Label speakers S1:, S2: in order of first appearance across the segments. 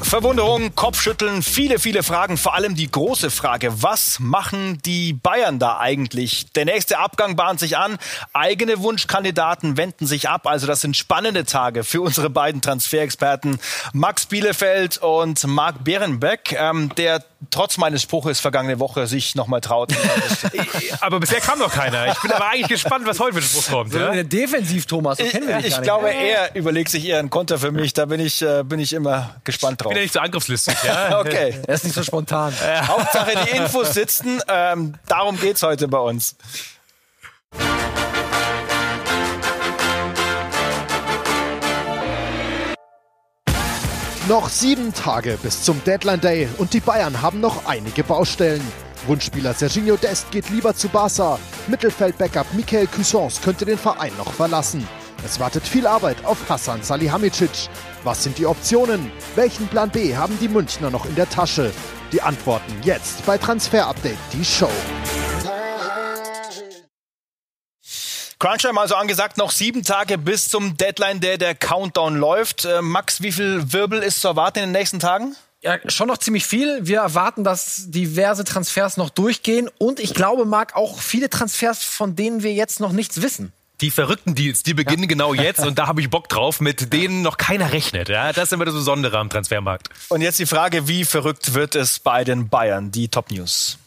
S1: Verwunderung, Kopfschütteln, viele Fragen, vor allem die große Frage, was machen die Bayern da eigentlich? Der nächste Abgang bahnt sich an, eigene Wunschkandidaten wenden sich ab, also das sind spannende Tage für unsere beiden Transferexperten Max Bielefeld und Marc Bärenbeck, der trotz meines Spruches vergangene Woche sich nochmal traut.
S2: Aber bisher kam noch keiner. Ich bin aber eigentlich gespannt, was heute mit dem Spruch kommt. Ja?
S3: Defensiv, Thomas, das kennen wir nicht.
S1: Ich glaube, er überlegt sich eher einen Konter für mich, da bin ich immer gespannt drauf.
S2: Ich bin ja nicht so angriffslustig. Ja?
S1: Okay.
S3: Er ist nicht so spontan.
S1: Hauptsache die Infos sitzen, darum geht's heute bei uns.
S4: Noch 7 Tage bis zum Deadline Day und die Bayern haben noch einige Baustellen. Wunschspieler Serginho Dest geht lieber zu Barca. Mittelfeld-Backup Michael Cuisance könnte den Verein noch verlassen. Es wartet viel Arbeit auf Hasan Salihamidzic. Was sind die Optionen? Welchen Plan B haben die Münchner noch in der Tasche? Die Antworten jetzt bei Transfer Update, die Show.
S1: Crunchtime also angesagt, noch 7 Tage bis zum Deadline, der Countdown läuft. Max, wie viel Wirbel ist zu erwarten in den nächsten Tagen?
S3: Ja, schon noch ziemlich viel. Wir erwarten, dass diverse Transfers noch durchgehen. Und ich glaube, Marc, auch viele Transfers, von denen wir jetzt noch nichts wissen.
S2: Die verrückten Deals, die beginnen genau jetzt und da habe ich Bock drauf, mit denen noch keiner rechnet. Ja, das ist immer das Besondere am Transfermarkt.
S1: Und jetzt die Frage, wie verrückt wird es bei den Bayern? Die Top News.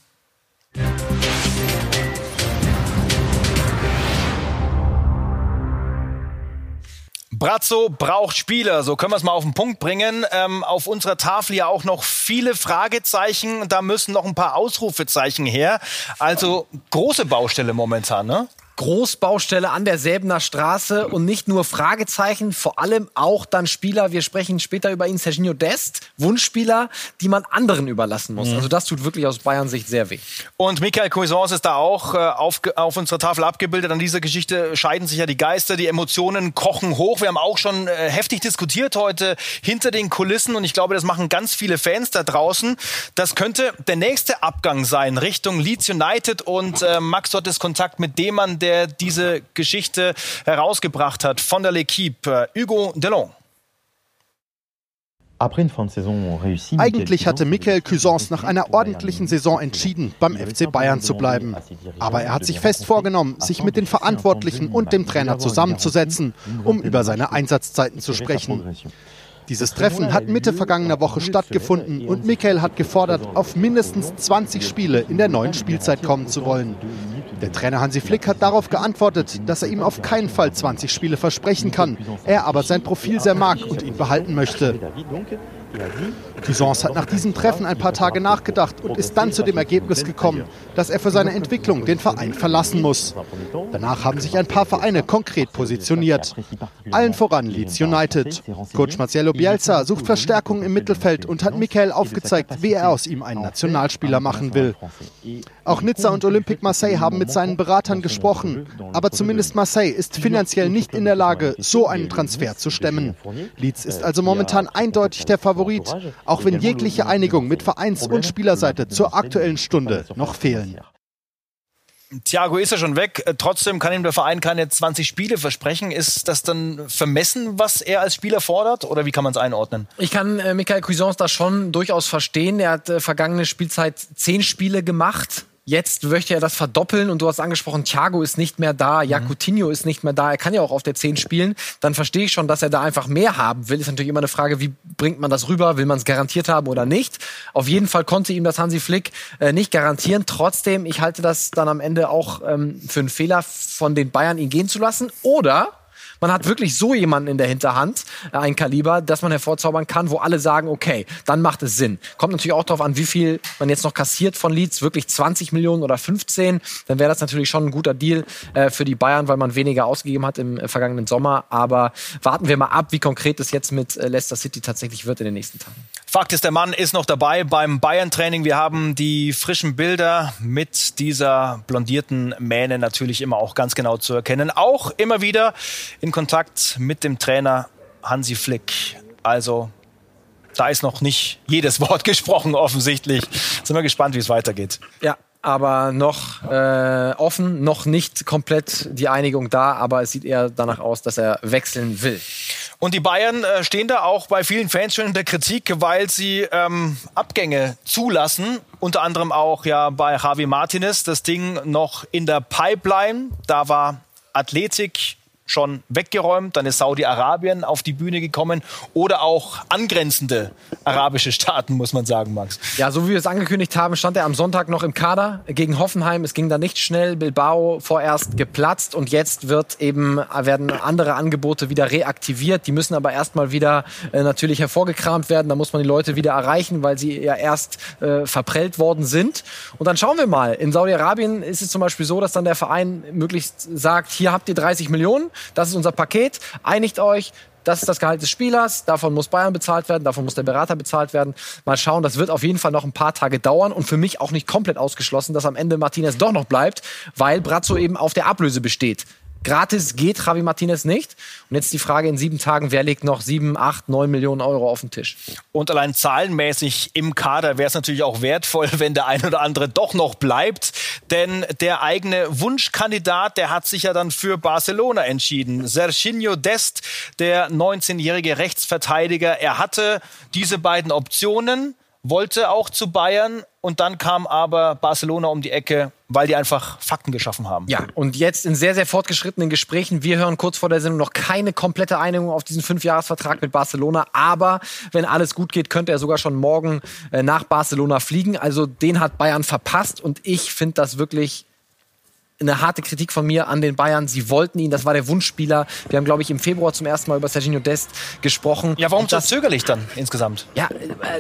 S1: Brazzo braucht Spieler, so können wir es mal auf den Punkt bringen. Auf unserer Tafel ja auch noch viele Fragezeichen, da müssen noch ein paar Ausrufezeichen her. Also große Baustelle momentan, ne?
S3: Großbaustelle an der Säbener Straße und nicht nur Fragezeichen, vor allem auch dann Spieler, wir sprechen später über ihn, Serginho Dest, Wunschspieler, die man anderen überlassen muss. Also das tut wirklich aus Bayern-Sicht sehr weh.
S1: Und Michael Cuisance ist da auch auf unserer Tafel abgebildet. An dieser Geschichte scheiden sich ja die Geister, die Emotionen kochen hoch. Wir haben auch schon heftig diskutiert heute hinter den Kulissen und ich glaube, das machen ganz viele Fans da draußen. Das könnte der nächste Abgang sein Richtung Leeds United und Max hat Kontakt mit dem Mann, der diese Geschichte herausgebracht hat von der L'Équipe, Hugo Delon.
S4: Eigentlich hatte Michael Cuisance nach einer ordentlichen Saison entschieden, beim FC Bayern zu bleiben. Aber er hat sich fest vorgenommen, sich mit den Verantwortlichen und dem Trainer zusammenzusetzen, um über seine Einsatzzeiten zu sprechen. Dieses Treffen hat Mitte vergangener Woche stattgefunden und Michael hat gefordert, auf mindestens 20 Spiele in der neuen Spielzeit kommen zu wollen. Der Trainer Hansi Flick hat darauf geantwortet, dass er ihm auf keinen Fall 20 Spiele versprechen kann, er aber sein Profil sehr mag und ihn behalten möchte. Cuisance hat nach diesem Treffen ein paar Tage nachgedacht und ist dann zu dem Ergebnis gekommen, dass er für seine Entwicklung den Verein verlassen muss. Danach haben sich ein paar Vereine konkret positioniert. Allen voran Leeds United. Coach Marcelo Bielsa sucht Verstärkung im Mittelfeld und hat Michael aufgezeigt, wie er aus ihm einen Nationalspieler machen will. Auch Nizza und Olympique Marseille haben mit seinen Beratern gesprochen, aber zumindest Marseille ist finanziell nicht in der Lage, so einen Transfer zu stemmen. Leeds ist also momentan eindeutig der Favorit, auch wenn jegliche Einigung mit Vereins- und Spielerseite zur aktuellen Stunde noch fehlen.
S1: Thiago ist ja schon weg, trotzdem kann ihm der Verein keine 20 Spiele versprechen. Ist das dann vermessen, was er als Spieler fordert, oder wie kann man es einordnen?
S3: Ich kann Michael Cuisance da schon durchaus verstehen. Er hat vergangene Spielzeit 10 Spiele gemacht. Jetzt möchte er das verdoppeln und du hast angesprochen, Thiago ist nicht mehr da, Coutinho ist nicht mehr da, er kann ja auch auf der 10 spielen. Dann verstehe ich schon, dass er da einfach mehr haben will. Ist natürlich immer eine Frage, wie bringt man das rüber? Will man es garantiert haben oder nicht? Auf jeden Fall konnte ihm das Hansi Flick nicht garantieren. Trotzdem, ich halte das dann am Ende auch für einen Fehler von den Bayern, ihn gehen zu lassen. Oder man hat wirklich so jemanden in der Hinterhand, ein Kaliber, das man hervorzaubern kann, wo alle sagen, okay, dann macht es Sinn. Kommt natürlich auch darauf an, wie viel man jetzt noch kassiert von Leeds, wirklich 20 Millionen oder 15, dann wäre das natürlich schon ein guter Deal für die Bayern, weil man weniger ausgegeben hat im vergangenen Sommer. Aber warten wir mal ab, wie konkret es jetzt mit Leicester City tatsächlich wird in den nächsten Tagen.
S1: Fakt ist, der Mann ist noch dabei beim Bayern-Training. Wir haben die frischen Bilder mit dieser blondierten Mähne natürlich immer auch ganz genau zu erkennen. Auch immer wieder in Kontakt mit dem Trainer Hansi Flick. Also da ist noch nicht jedes Wort gesprochen offensichtlich. Sind wir gespannt, wie es weitergeht.
S3: Ja. Aber noch offen, noch nicht komplett die Einigung da, aber es sieht eher danach aus, dass er wechseln will.
S1: Und die Bayern stehen da auch bei vielen Fans schon in der Kritik, weil sie Abgänge zulassen. Unter anderem auch ja bei Javi Martinez. Das Ding noch in der Pipeline. Da war Athletik schon weggeräumt, dann ist Saudi-Arabien auf die Bühne gekommen oder auch angrenzende arabische Staaten, muss man sagen, Max.
S3: Ja, so wie wir es angekündigt haben, stand er am Sonntag noch im Kader gegen Hoffenheim. Es ging da nicht schnell. Bilbao vorerst geplatzt und jetzt werden andere Angebote wieder reaktiviert. Die müssen aber erstmal wieder natürlich hervorgekramt werden. Da muss man die Leute wieder erreichen, weil sie ja erst verprellt worden sind. Und dann schauen wir mal. In Saudi-Arabien ist es zum Beispiel so, dass dann der Verein möglichst sagt, hier habt ihr 30 Millionen. Das ist unser Paket, einigt euch, das ist das Gehalt des Spielers, davon muss Bayern bezahlt werden, davon muss der Berater bezahlt werden. Mal schauen, das wird auf jeden Fall noch ein paar Tage dauern und für mich auch nicht komplett ausgeschlossen, dass am Ende Martinez doch noch bleibt, weil Brazzo eben auf der Ablöse besteht. Gratis geht Javi Martinez nicht. Und jetzt die Frage in 7 Tagen, wer legt noch 7, 8, 9 Millionen Euro auf den Tisch?
S1: Und allein zahlenmäßig im Kader wäre es natürlich auch wertvoll, wenn der ein oder andere doch noch bleibt. Denn der eigene Wunschkandidat, der hat sich ja dann für Barcelona entschieden. Serginho Dest, der 19-jährige Rechtsverteidiger. Er hatte diese beiden Optionen, wollte auch zu Bayern und dann kam aber Barcelona um die Ecke, weil die einfach Fakten geschaffen haben.
S3: Ja, und jetzt in sehr, sehr fortgeschrittenen Gesprächen. Wir hören kurz vor der Sendung noch keine komplette Einigung auf diesen 5-Jahres-Vertrag mit Barcelona. Aber wenn alles gut geht, könnte er sogar schon morgen nach Barcelona fliegen. Also den hat Bayern verpasst und ich finde das wirklich eine harte Kritik von mir an den Bayern. Sie wollten ihn, das war der Wunschspieler. Wir haben, glaube ich, im Februar zum ersten Mal über Serginho Dest gesprochen.
S1: Ja, warum so zögerlich dann insgesamt?
S3: Ja,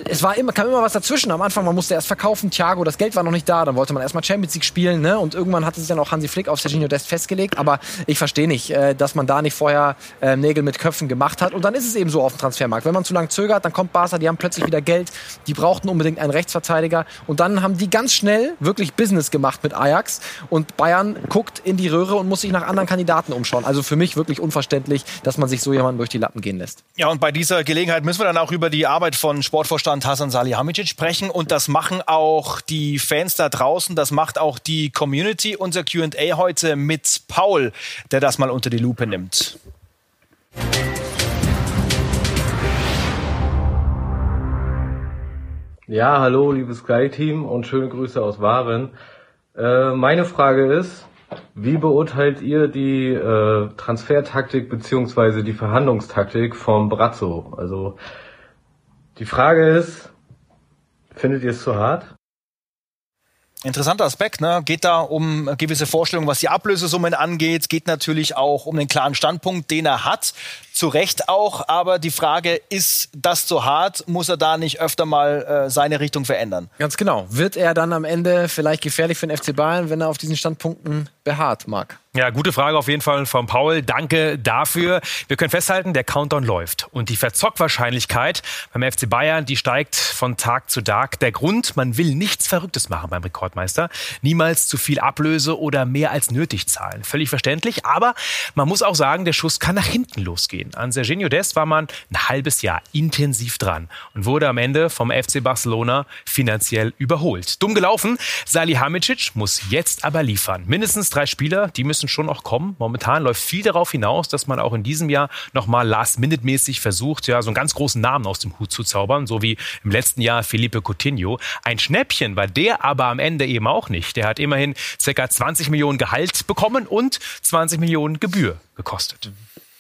S3: kam immer was dazwischen. Am Anfang, man musste erst verkaufen, Thiago, das Geld war noch nicht da. Dann wollte man erstmal Champions League spielen, ne? Und irgendwann hatte sich dann auch Hansi Flick auf Serginho Dest festgelegt. Aber ich verstehe nicht, dass man da nicht vorher Nägel mit Köpfen gemacht hat. Und dann ist es eben so auf dem Transfermarkt. Wenn man zu lange zögert, dann kommt Barca, die haben plötzlich wieder Geld. Die brauchten unbedingt einen Rechtsverteidiger. Und dann haben die ganz schnell wirklich Business gemacht mit Ajax. Und Bayern guckt in die Röhre und muss sich nach anderen Kandidaten umschauen. Also für mich wirklich unverständlich, dass man sich so jemanden durch die Lappen gehen lässt.
S1: Ja, und bei dieser Gelegenheit müssen wir dann auch über die Arbeit von Sportvorstand Hasan Salihamidzic sprechen. Und das machen auch die Fans da draußen, das macht auch die Community. Unser Q&A heute mit Paul, der das mal unter die Lupe nimmt.
S5: Ja, hallo, liebes Sky-Team und schöne Grüße aus Waren. Meine Frage ist, wie beurteilt ihr die Transfertaktik bzw. die Verhandlungstaktik vom Brazzo? Also die Frage ist, findet ihr es zu hart?
S1: Interessanter Aspekt, ne? Geht da um gewisse Vorstellungen, was die Ablösesummen angeht. Geht natürlich auch um den klaren Standpunkt, den er hat. Zu Recht auch. Aber die Frage, ist das zu hart? Muss er da nicht öfter mal seine Richtung verändern?
S3: Ganz genau. Wird er dann am Ende vielleicht gefährlich für den FC Bayern, wenn er auf diesen Standpunkten beharrt, Marc?
S2: Ja, gute Frage auf jeden Fall von Paul. Danke dafür. Wir können festhalten, der Countdown läuft. Und die Verzockwahrscheinlichkeit beim FC Bayern, die steigt von Tag zu Tag. Der Grund, man will nichts Verrücktes machen beim Rekordmeister. Niemals zu viel Ablöse oder mehr als nötig zahlen. Völlig verständlich. Aber man muss auch sagen, der Schuss kann nach hinten losgehen. An Serginho Dest war man ein halbes Jahr intensiv dran und wurde am Ende vom FC Barcelona finanziell überholt. Dumm gelaufen. Salihamidzic muss jetzt aber liefern. Mindestens 3 Spieler, die müssen schon noch kommen. Momentan läuft viel darauf hinaus, dass man auch in diesem Jahr nochmal last-minute-mäßig versucht, ja, so einen ganz großen Namen aus dem Hut zu zaubern, so wie im letzten Jahr Felipe Coutinho. Ein Schnäppchen war der aber am Ende eben auch nicht. Der hat immerhin ca. 20 Millionen Gehalt bekommen und 20 Millionen Gebühr gekostet.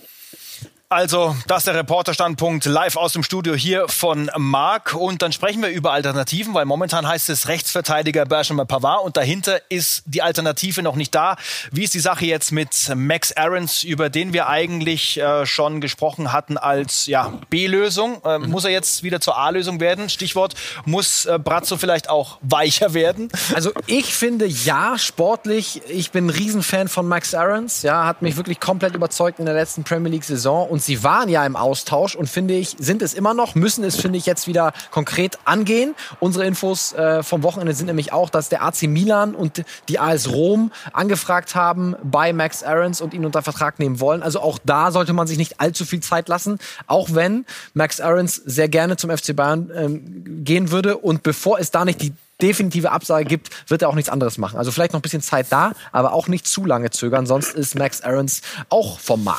S1: Also, das ist der Reporterstandpunkt live aus dem Studio hier von Marc. Und dann sprechen wir über Alternativen, weil momentan heißt es Rechtsverteidiger Benjamin Pavard und dahinter ist die Alternative noch nicht da. Wie ist die Sache jetzt mit Max Aarons, über den wir eigentlich schon gesprochen hatten als B-Lösung? Muss er jetzt wieder zur A-Lösung werden? Stichwort, muss Brazzo vielleicht auch weicher werden?
S3: Also ich finde, ja, sportlich. Ich bin ein Riesenfan von Max Aarons. Ja, hat mich wirklich komplett überzeugt in der letzten Premier League-Saison. Und sie waren ja im Austausch und finde ich, sind es immer noch, müssen es, finde ich, jetzt wieder konkret angehen. Unsere Infos vom Wochenende sind nämlich auch, dass der AC Milan und die AS Rom angefragt haben bei Max Aarons und ihn unter Vertrag nehmen wollen. Also auch da sollte man sich nicht allzu viel Zeit lassen, auch wenn Max Aarons sehr gerne zum FC Bayern gehen würde. Und bevor es da nicht die definitive Absage gibt, wird er auch nichts anderes machen. Also vielleicht noch ein bisschen Zeit da, aber auch nicht zu lange zögern, sonst ist Max Aarons auch vom Markt.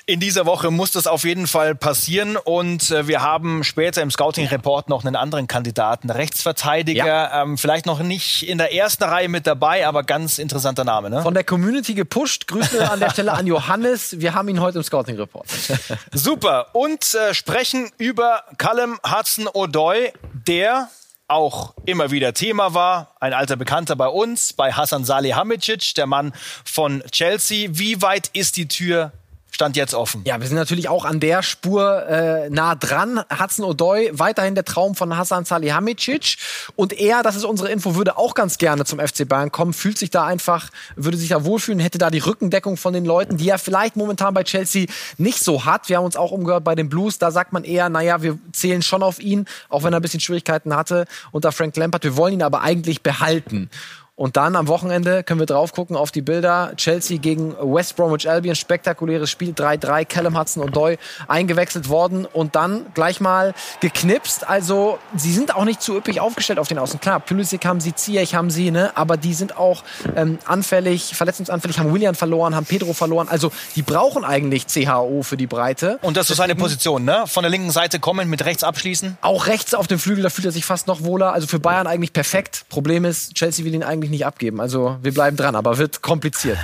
S1: In dieser Woche muss das auf jeden Fall passieren und wir haben später im Scouting-Report noch einen anderen Kandidaten, Rechtsverteidiger, vielleicht noch nicht in der ersten Reihe mit dabei, aber ganz interessanter Name. Ne?
S3: Von der Community gepusht, Grüße an der Stelle an Johannes, wir haben ihn heute im Scouting-Report.
S1: Super, und sprechen über Callum Hudson-Odoi, der auch immer wieder Thema war, ein alter Bekannter bei uns, bei Hasan Salihamidzic, der Mann von Chelsea. Wie weit ist die Tür Stand jetzt offen?
S3: Ja, wir sind natürlich auch an der Spur nah dran. Hudson-Odoi, weiterhin der Traum von Hasan Salihamidzic. Und er, das ist unsere Info, würde auch ganz gerne zum FC Bayern kommen, fühlt sich da einfach, würde sich da wohlfühlen, hätte da die Rückendeckung von den Leuten, die er vielleicht momentan bei Chelsea nicht so hat. Wir haben uns auch umgehört bei den Blues, da sagt man eher, naja, wir zählen schon auf ihn, auch wenn er ein bisschen Schwierigkeiten hatte unter Frank Lampard. Wir wollen ihn aber eigentlich behalten. Und dann am Wochenende können wir drauf gucken auf die Bilder. Chelsea gegen West Bromwich Albion. Spektakuläres Spiel. 3-3. Callum Hudson-Odoi eingewechselt worden. Und dann gleich mal geknipst. Also, sie sind auch nicht zu üppig aufgestellt auf den Außen. Klar, Pulisic haben sie, Ziyech haben sie, ne? Aber die sind auch anfällig, verletzungsanfällig, haben Willian verloren, haben Pedro verloren. Also, die brauchen eigentlich CHO für die Breite.
S1: Und das ist seine Position, ne? Von der linken Seite kommen, mit rechts abschließen.
S3: Auch rechts auf dem Flügel, da fühlt er sich fast noch wohler. Also für Bayern eigentlich perfekt. Problem ist, Chelsea will ihn eigentlich nicht abgeben. Also wir bleiben dran, aber wird kompliziert.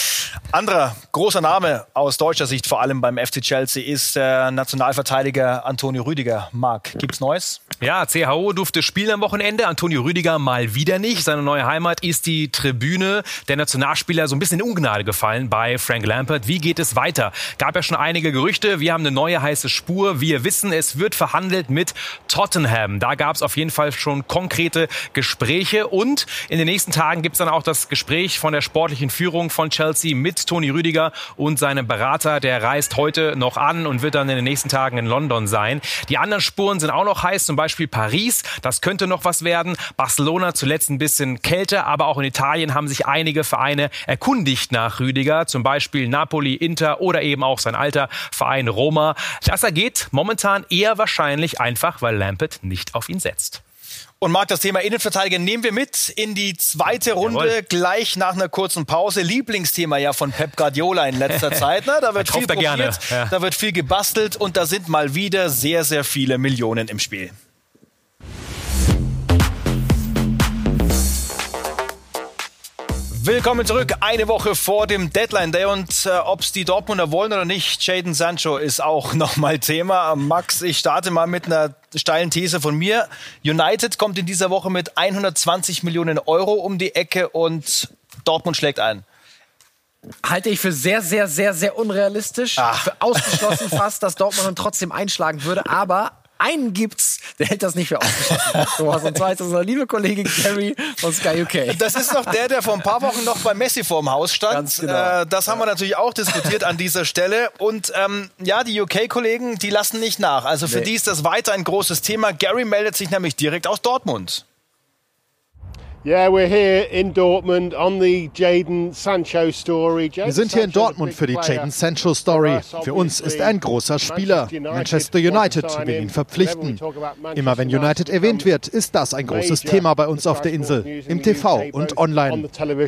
S1: Anderer großer Name aus deutscher Sicht, vor allem beim FC Chelsea, ist der Nationalverteidiger Antonio Rüdiger. Marc, gibt's Neues?
S2: Ja, CHO durfte spielen am Wochenende. Antonio Rüdiger mal wieder nicht. Seine neue Heimat ist die Tribüne. Der Nationalspieler so ein bisschen in Ungnade gefallen bei Frank Lampard. Wie geht es weiter? Gab ja schon einige Gerüchte. Wir haben eine neue heiße Spur. Wir wissen, es wird verhandelt mit Tottenham. Da gab es auf jeden Fall schon konkrete Gespräche. Und in den nächsten Tagen gibt es dann auch das Gespräch von der sportlichen Führung von Chelsea mit Toni Rüdiger und seinem Berater. Der reist heute noch an und wird dann in den nächsten Tagen in London sein. Die anderen Spuren sind auch noch heiß, zum Beispiel Paris. Das könnte noch was werden. Barcelona zuletzt ein bisschen kälter, aber auch in Italien haben sich einige Vereine erkundigt nach Rüdiger. Zum Beispiel Napoli, Inter oder eben auch sein alter Verein Roma. Das ergeht momentan eher wahrscheinlich einfach, weil Lampard nicht auf ihn setzt.
S1: Und Marc, das Thema Innenverteidiger nehmen wir mit in die zweite Runde,
S2: Jawohl.
S1: gleich nach einer kurzen Pause. Lieblingsthema ja von Pep Guardiola in letzter Zeit. Ne? Da wird viel probiert, da wird viel gebastelt und da sind mal wieder sehr, sehr viele Millionen im Spiel. Willkommen zurück, eine Woche vor dem Deadline Day und ob es die Dortmunder wollen oder nicht, Jadon Sancho ist auch nochmal Thema. Max, ich starte mal mit einer steilen These von mir. United kommt in dieser Woche mit 120 Millionen Euro um die Ecke und Dortmund schlägt ein.
S3: Halte ich für sehr, sehr, sehr, sehr unrealistisch. Für ausgeschlossen fast, dass Dortmund dann trotzdem einschlagen würde, aber einen gibt's, der hält das nicht für ausgeschlossen. Thomas, und zwar ist das unser liebe Kollege Gary von Sky UK.
S1: Das ist noch der vor ein paar Wochen noch bei Messi vorm Haus stand.
S3: Ganz genau.
S1: Das haben wir natürlich auch diskutiert an dieser Stelle. Und ja, die UK-Kollegen, die lassen nicht nach. Also für die ist das weiter ein großes Thema. Gary meldet sich nämlich direkt aus Dortmund.
S6: Yeah, we're here in Dortmund on the Jadon Sancho story.
S4: Wir sind hier in Dortmund für die Jadon Sancho Story. Für uns ist er ein großer Spieler. Manchester United will ihn verpflichten. Immer wenn United erwähnt wird, ist das ein großes Thema bei uns auf der Insel, im TV und online.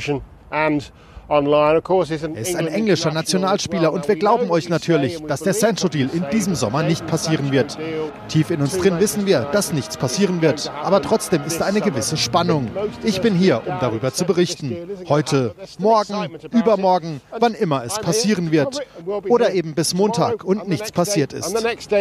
S4: Er ist ein englischer Nationalspieler und wir glauben euch natürlich, dass der Sancho-Deal in diesem Sommer nicht passieren wird. Tief in uns drin wissen wir, dass nichts passieren wird. Aber trotzdem ist da eine gewisse Spannung. Ich bin hier, um darüber zu berichten. Heute, morgen, übermorgen, wann immer es passieren wird. Oder eben bis Montag und nichts passiert ist.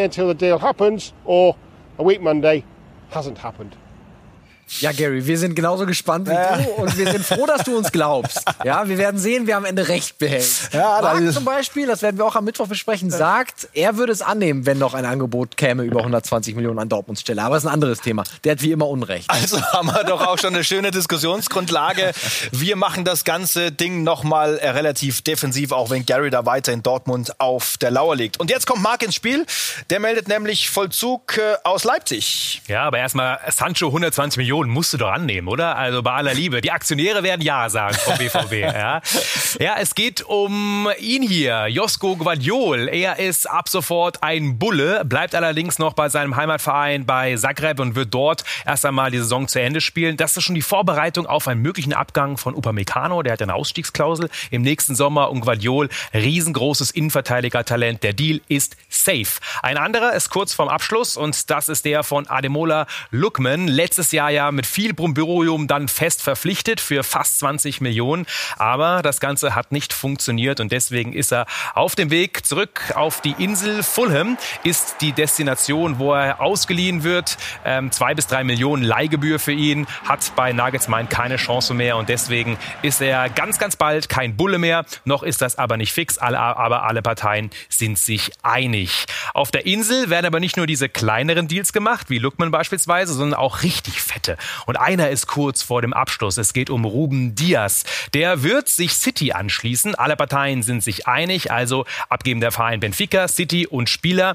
S3: Ja, Gary, wir sind genauso gespannt wie du und wir sind froh, dass du uns glaubst. Ja, wir werden sehen, wer am Ende Recht behält.
S1: Ja,
S3: Marc zum Beispiel, das werden wir auch am Mittwoch besprechen, sagt, er würde es annehmen, wenn noch ein Angebot käme über 120 Millionen an Dortmunds Stelle. Aber das ist ein anderes Thema. Der hat wie immer Unrecht.
S1: Also haben wir doch auch schon eine schöne Diskussionsgrundlage. Wir machen das ganze Ding nochmal relativ defensiv, auch wenn Gary da weiter in Dortmund auf der Lauer liegt. Und jetzt kommt Marc ins Spiel. Der meldet nämlich Vollzug aus Leipzig.
S2: Ja, aber erstmal Sancho 120 Millionen. Million musst du doch annehmen, oder? Also bei aller Liebe. Die Aktionäre werden Ja sagen vom BVB. Ja, es geht um ihn hier, Josko Gvardiol. Er ist ab sofort ein Bulle, bleibt allerdings noch bei seinem Heimatverein bei Zagreb und wird dort erst einmal die Saison zu Ende spielen. Das ist schon die Vorbereitung auf einen möglichen Abgang von Upamecano. Der hat eine Ausstiegsklausel im nächsten Sommer. Und Gvardiol, riesengroßes Innenverteidiger-Talent. Der Deal ist safe. Ein anderer ist kurz vorm Abschluss und das ist der von Ademola Lookman. Letztes Jahr ja mit viel Brimborium dann fest verpflichtet für fast 20 Millionen. Aber das Ganze hat nicht funktioniert und deswegen ist er auf dem Weg zurück auf die Insel. Fulham ist die Destination, wo er ausgeliehen wird. 2 bis 3 Millionen Leihgebühr für ihn. Hat bei Nagelsmann keine Chance mehr und deswegen ist er ganz, ganz bald kein Bulle mehr. Noch ist das aber nicht fix, aber alle Parteien sind sich einig. Auf der Insel werden aber nicht nur diese kleineren Deals gemacht, wie Lookman beispielsweise, sondern auch richtig fette. Und einer ist kurz vor dem Abschluss. Es geht um Ruben Dias. Der wird sich City anschließen. Alle Parteien sind sich einig, also abgeben der Verein Benfica, City und Spieler.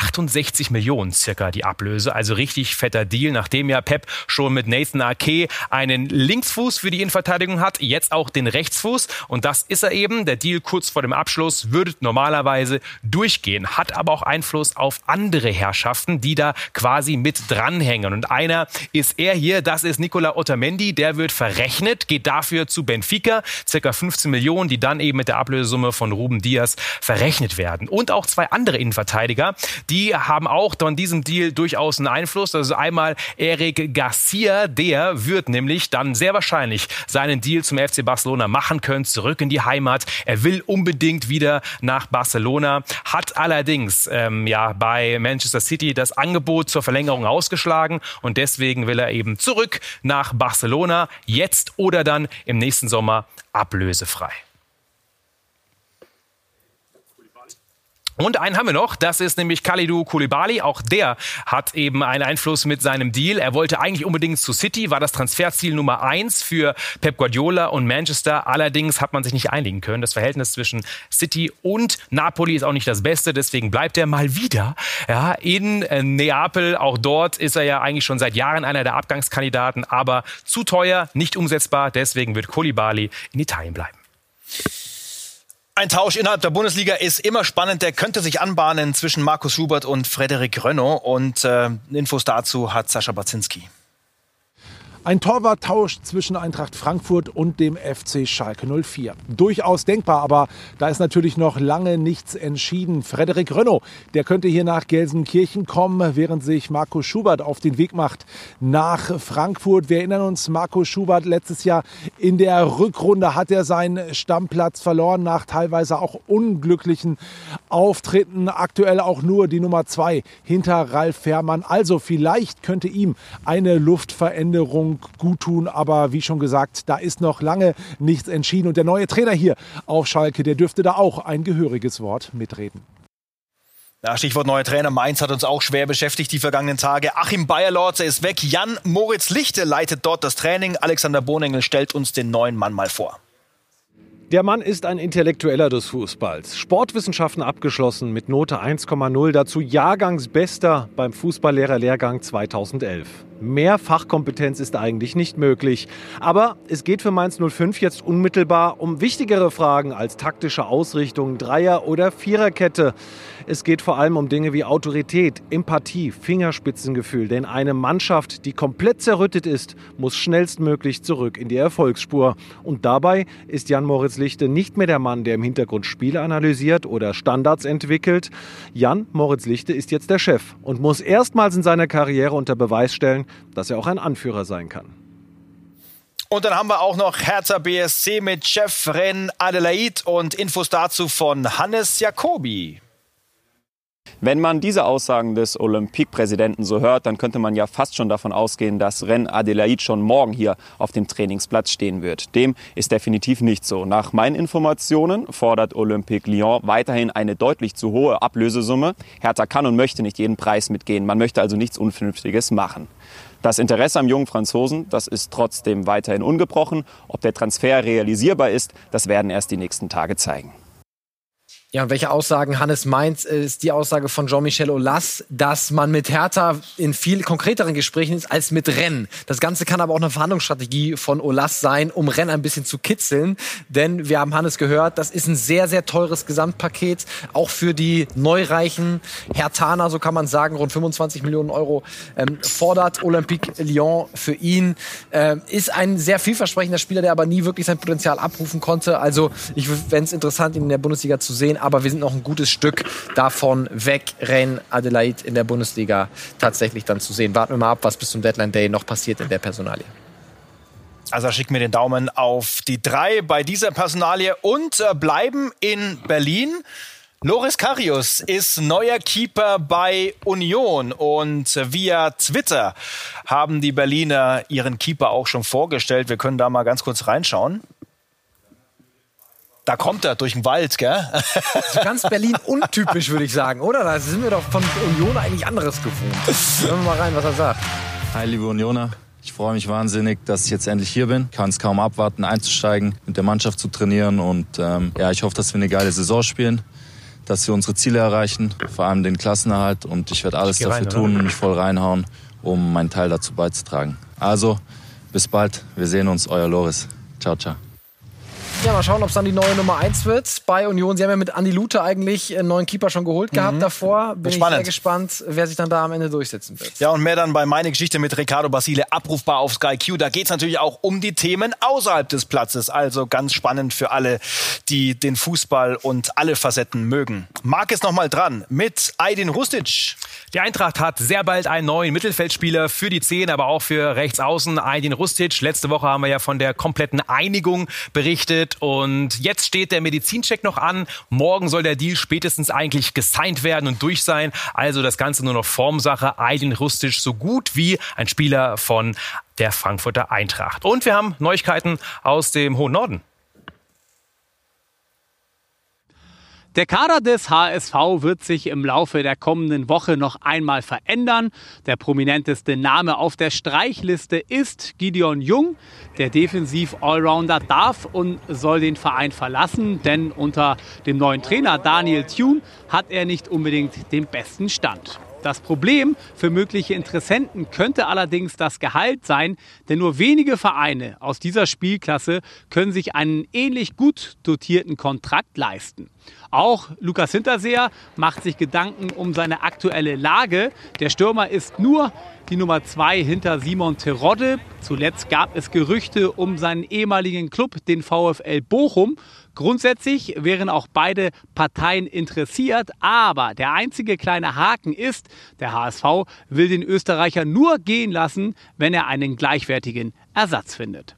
S2: 68 Millionen circa die Ablöse, also richtig fetter Deal, nachdem ja Pep schon mit Nathan Ake einen Linksfuß für die Innenverteidigung hat, jetzt auch den Rechtsfuß und das ist er eben. Der Deal kurz vor dem Abschluss würde normalerweise durchgehen, hat aber auch Einfluss auf andere Herrschaften, die da quasi mit dranhängen und einer ist er hier, das ist Nicola Otamendi, der wird verrechnet, geht dafür zu Benfica, circa 15 Millionen, die dann eben mit der Ablösesumme von Ruben Dias verrechnet werden. Und auch 2 andere Innenverteidiger, die haben auch von diesem Deal durchaus einen Einfluss. Also einmal Eric Garcia, der wird nämlich dann sehr wahrscheinlich seinen Deal zum FC Barcelona machen können, zurück in die Heimat. Er will unbedingt wieder nach Barcelona, hat allerdings bei Manchester City das Angebot zur Verlängerung ausgeschlagen und deswegen will er eben zurück nach Barcelona, jetzt oder dann im nächsten Sommer ablösefrei. Und einen haben wir noch, das ist nämlich Kalidou Koulibaly. Auch der hat eben einen Einfluss mit seinem Deal. Er wollte eigentlich unbedingt zu City, war das Transferziel Nummer 1 für Pep Guardiola und Manchester. Allerdings hat man sich nicht einigen können. Das Verhältnis zwischen City und Napoli ist auch nicht das Beste. Deswegen bleibt er mal wieder in Neapel. Auch dort ist er ja eigentlich schon seit Jahren einer der Abgangskandidaten. Aber zu teuer, nicht umsetzbar. Deswegen wird Koulibaly in Italien bleiben.
S1: Ein Tausch innerhalb der Bundesliga ist immer spannend. Der könnte sich anbahnen zwischen Markus Schubert und Frederik Rönno. Und Infos dazu hat Sascha Baczynski.
S7: Ein Torwarttausch zwischen Eintracht Frankfurt und dem FC Schalke 04. Durchaus denkbar, aber da ist natürlich noch lange nichts entschieden. Frederik Rönno, der könnte hier nach Gelsenkirchen kommen, während sich Markus Schubert auf den Weg macht nach Frankfurt. Wir erinnern uns, Markus Schubert letztes Jahr in der Rückrunde hat er seinen Stammplatz verloren nach teilweise auch unglücklichen Auftritten. Aktuell auch nur die Nummer 2 hinter Ralf Fährmann. Also vielleicht könnte ihm eine Luftveränderung gut tun, aber wie schon gesagt, da ist noch lange nichts entschieden. Und der neue Trainer hier auf Schalke, der dürfte da auch ein gehöriges Wort mitreden.
S1: Ja, Stichwort neuer Trainer. Mainz hat uns auch schwer beschäftigt die vergangenen Tage. Achim Beierlorzer ist weg. Jan-Moritz Lichte leitet dort das Training. Alexander Bonengel stellt uns den neuen Mann mal vor.
S8: Der Mann ist ein Intellektueller des Fußballs. Sportwissenschaften abgeschlossen mit Note 1,0. Dazu Jahrgangsbester beim Fußballlehrerlehrgang 2011. Mehr Fachkompetenz ist eigentlich nicht möglich. Aber es geht für Mainz 05 jetzt unmittelbar um wichtigere Fragen als taktische Ausrichtung, Dreier- oder Viererkette. Es geht vor allem um Dinge wie Autorität, Empathie, Fingerspitzengefühl. Denn eine Mannschaft, die komplett zerrüttet ist, muss schnellstmöglich zurück in die Erfolgsspur. Und dabei ist Jan-Moritz Lichte nicht mehr der Mann, der im Hintergrund Spiele analysiert oder Standards entwickelt. Jan-Moritz Lichte ist jetzt der Chef und muss erstmals in seiner Karriere unter Beweis stellen, dass er auch ein Anführer sein kann.
S1: Und dann haben wir auch noch Hertha BSC mit Chef Ren Adelaide und Infos dazu von Hannes Jacobi.
S9: Wenn man diese Aussagen des Olympique-Präsidenten so hört, dann könnte man ja fast schon davon ausgehen, dass Ren Adelaide schon morgen hier auf dem Trainingsplatz stehen wird. Dem ist definitiv nicht so. Nach meinen Informationen fordert Olympique Lyon weiterhin eine deutlich zu hohe Ablösesumme. Hertha kann und möchte nicht jeden Preis mitgehen. Man möchte also nichts Unvernünftiges machen. Das Interesse am jungen Franzosen, das ist trotzdem weiterhin ungebrochen. Ob der Transfer realisierbar ist, das werden erst die nächsten Tage zeigen.
S3: Ja, und welche Aussagen Hannes meint, ist die Aussage von Jean-Michel Aulas, dass man mit Hertha in viel konkreteren Gesprächen ist als mit Rennes. Das Ganze kann aber auch eine Verhandlungsstrategie von Aulas sein, um Rennes ein bisschen zu kitzeln. Denn wir haben Hannes gehört, das ist ein sehr, sehr teures Gesamtpaket, auch für die neureichen Herthaner, so kann man sagen, rund 25 Millionen Euro fordert Olympique Lyon für ihn. Ist ein sehr vielversprechender Spieler, der aber nie wirklich sein Potenzial abrufen konnte. Also ich fände es interessant, ihn in der Bundesliga zu sehen. Aber wir sind noch ein gutes Stück davon weg, Rennes Adelaide in der Bundesliga tatsächlich dann zu sehen. Warten wir mal ab, was bis zum Deadline Day noch passiert in der Personalie.
S1: Also schicken wir den Daumen auf die 3 bei dieser Personalie und bleiben in Berlin. Loris Karius ist neuer Keeper bei Union und via Twitter haben die Berliner ihren Keeper auch schon vorgestellt. Wir können da mal ganz kurz reinschauen. Da kommt er durch den Wald, gell?
S3: So ganz Berlin untypisch, würde ich sagen, oder? Da sind wir doch von Union eigentlich anderes gewohnt. Hören wir mal rein, was er sagt.
S10: Hi, liebe Unioner. Ich freue mich wahnsinnig, dass ich jetzt endlich hier bin. Kann es kaum abwarten, einzusteigen, mit der Mannschaft zu trainieren. Und ich hoffe, dass wir eine geile Saison spielen, dass wir unsere Ziele erreichen, vor allem den Klassenerhalt. Und ich werde alles dafür tun und mich voll reinhauen, um meinen Teil dazu beizutragen. Also, bis bald. Wir sehen uns, euer Loris. Ciao, ciao.
S3: Ja, mal schauen, ob es dann die neue Nummer 1 wird bei Union. Sie haben ja mit Andi Lute eigentlich einen neuen Keeper schon geholt gehabt davor. Bin ich sehr gespannt, wer sich dann da am Ende durchsetzen wird.
S1: Ja, und mehr dann bei Meine Geschichte mit Riccardo Basile, abrufbar auf Sky Q. Da geht es natürlich auch um die Themen außerhalb des Platzes. Also ganz spannend für alle, die den Fußball und alle Facetten mögen. Marc ist noch mal dran mit Aydin Rustic.
S2: Die Eintracht hat sehr bald einen neuen Mittelfeldspieler für die 10, aber auch für Rechtsaußen, Aydin Rustic. Letzte Woche haben wir ja von der kompletten Einigung berichtet und jetzt steht der Medizincheck noch an. Morgen soll der Deal spätestens eigentlich gesigned werden und durch sein. Also das Ganze nur noch Formsache. Aydin Rustic so gut wie ein Spieler von der Frankfurter Eintracht. Und wir haben Neuigkeiten aus dem hohen Norden.
S11: Der Kader des HSV wird sich im Laufe der kommenden Woche noch einmal verändern. Der prominenteste Name auf der Streichliste ist Gideon Jung. Der Defensiv-Allrounder darf und soll den Verein verlassen, denn unter dem neuen Trainer Daniel Thune hat er nicht unbedingt den besten Stand. Das Problem für mögliche Interessenten könnte allerdings das Gehalt sein, denn nur wenige Vereine aus dieser Spielklasse können sich einen ähnlich gut dotierten Kontrakt leisten. Auch Lukas Hinterseher macht sich Gedanken um seine aktuelle Lage. Der Stürmer ist nur die Nummer 2 hinter Simon Terodde. Zuletzt gab es Gerüchte um seinen ehemaligen Club, den VfL Bochum. Grundsätzlich wären auch beide Parteien interessiert, aber der einzige kleine Haken ist, der HSV will den Österreicher nur gehen lassen, wenn er einen gleichwertigen Ersatz findet.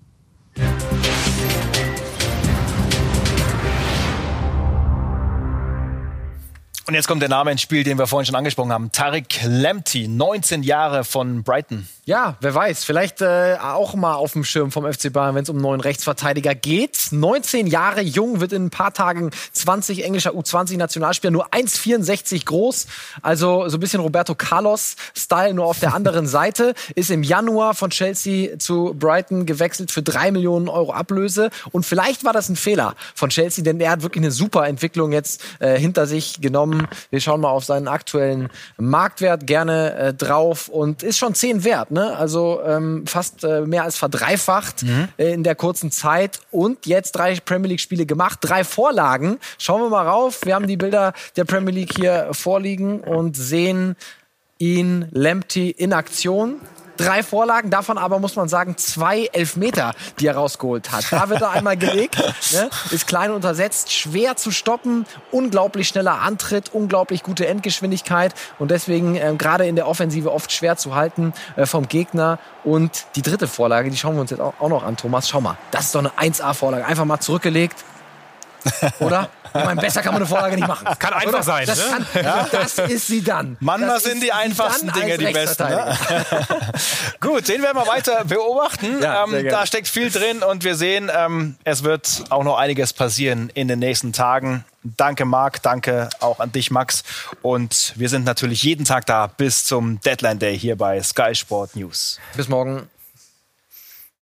S1: Und jetzt kommt der Name ins Spiel, den wir vorhin schon angesprochen haben. Tariq Lamptey, 19 Jahre von Brighton.
S3: Ja, wer weiß, vielleicht auch mal auf dem Schirm vom FC Bayern, wenn es um einen neuen Rechtsverteidiger geht. 19 Jahre jung, wird in ein paar Tagen 20 englischer U20-Nationalspieler, nur 1,64 groß. Also so ein bisschen Roberto Carlos-Style, nur auf der anderen Seite. Ist im Januar von Chelsea zu Brighton gewechselt für 3 Millionen Euro Ablöse. Und vielleicht war das ein Fehler von Chelsea, denn er hat wirklich eine super Entwicklung jetzt hinter sich genommen. Wir schauen mal auf seinen aktuellen Marktwert gerne drauf und ist schon 10 wert, ne? Also fast mehr als verdreifacht in der kurzen Zeit und jetzt 3 Premier League Spiele gemacht, 3 Vorlagen. Schauen wir mal rauf. Wir haben die Bilder der Premier League hier vorliegen und sehen ihn, Lamptey, in Aktion. 3 Vorlagen, davon aber muss man sagen 2 Elfmeter, die er rausgeholt hat. Da wird er einmal gelegt, ne? Ist klein untersetzt, schwer zu stoppen, unglaublich schneller Antritt, unglaublich gute Endgeschwindigkeit und deswegen gerade in der Offensive oft schwer zu halten vom Gegner. Und die 3. Vorlage, die schauen wir uns jetzt auch noch an, Thomas. Schau mal, das ist doch eine 1A-Vorlage. Einfach mal zurückgelegt. Oder? Ich meine, besser kann man eine Vorlage nicht machen.
S2: Kann einfach sein.
S3: Das ist sie dann.
S1: Manchmal sind die einfachsten Dinge die besten. Ne? Gut, den werden wir weiter beobachten. Ja, da steckt viel drin und wir sehen, es wird auch noch einiges passieren in den nächsten Tagen. Danke Marc, danke auch an dich Max und wir sind natürlich jeden Tag da bis zum Deadline Day hier bei Sky Sport News.
S3: Bis morgen.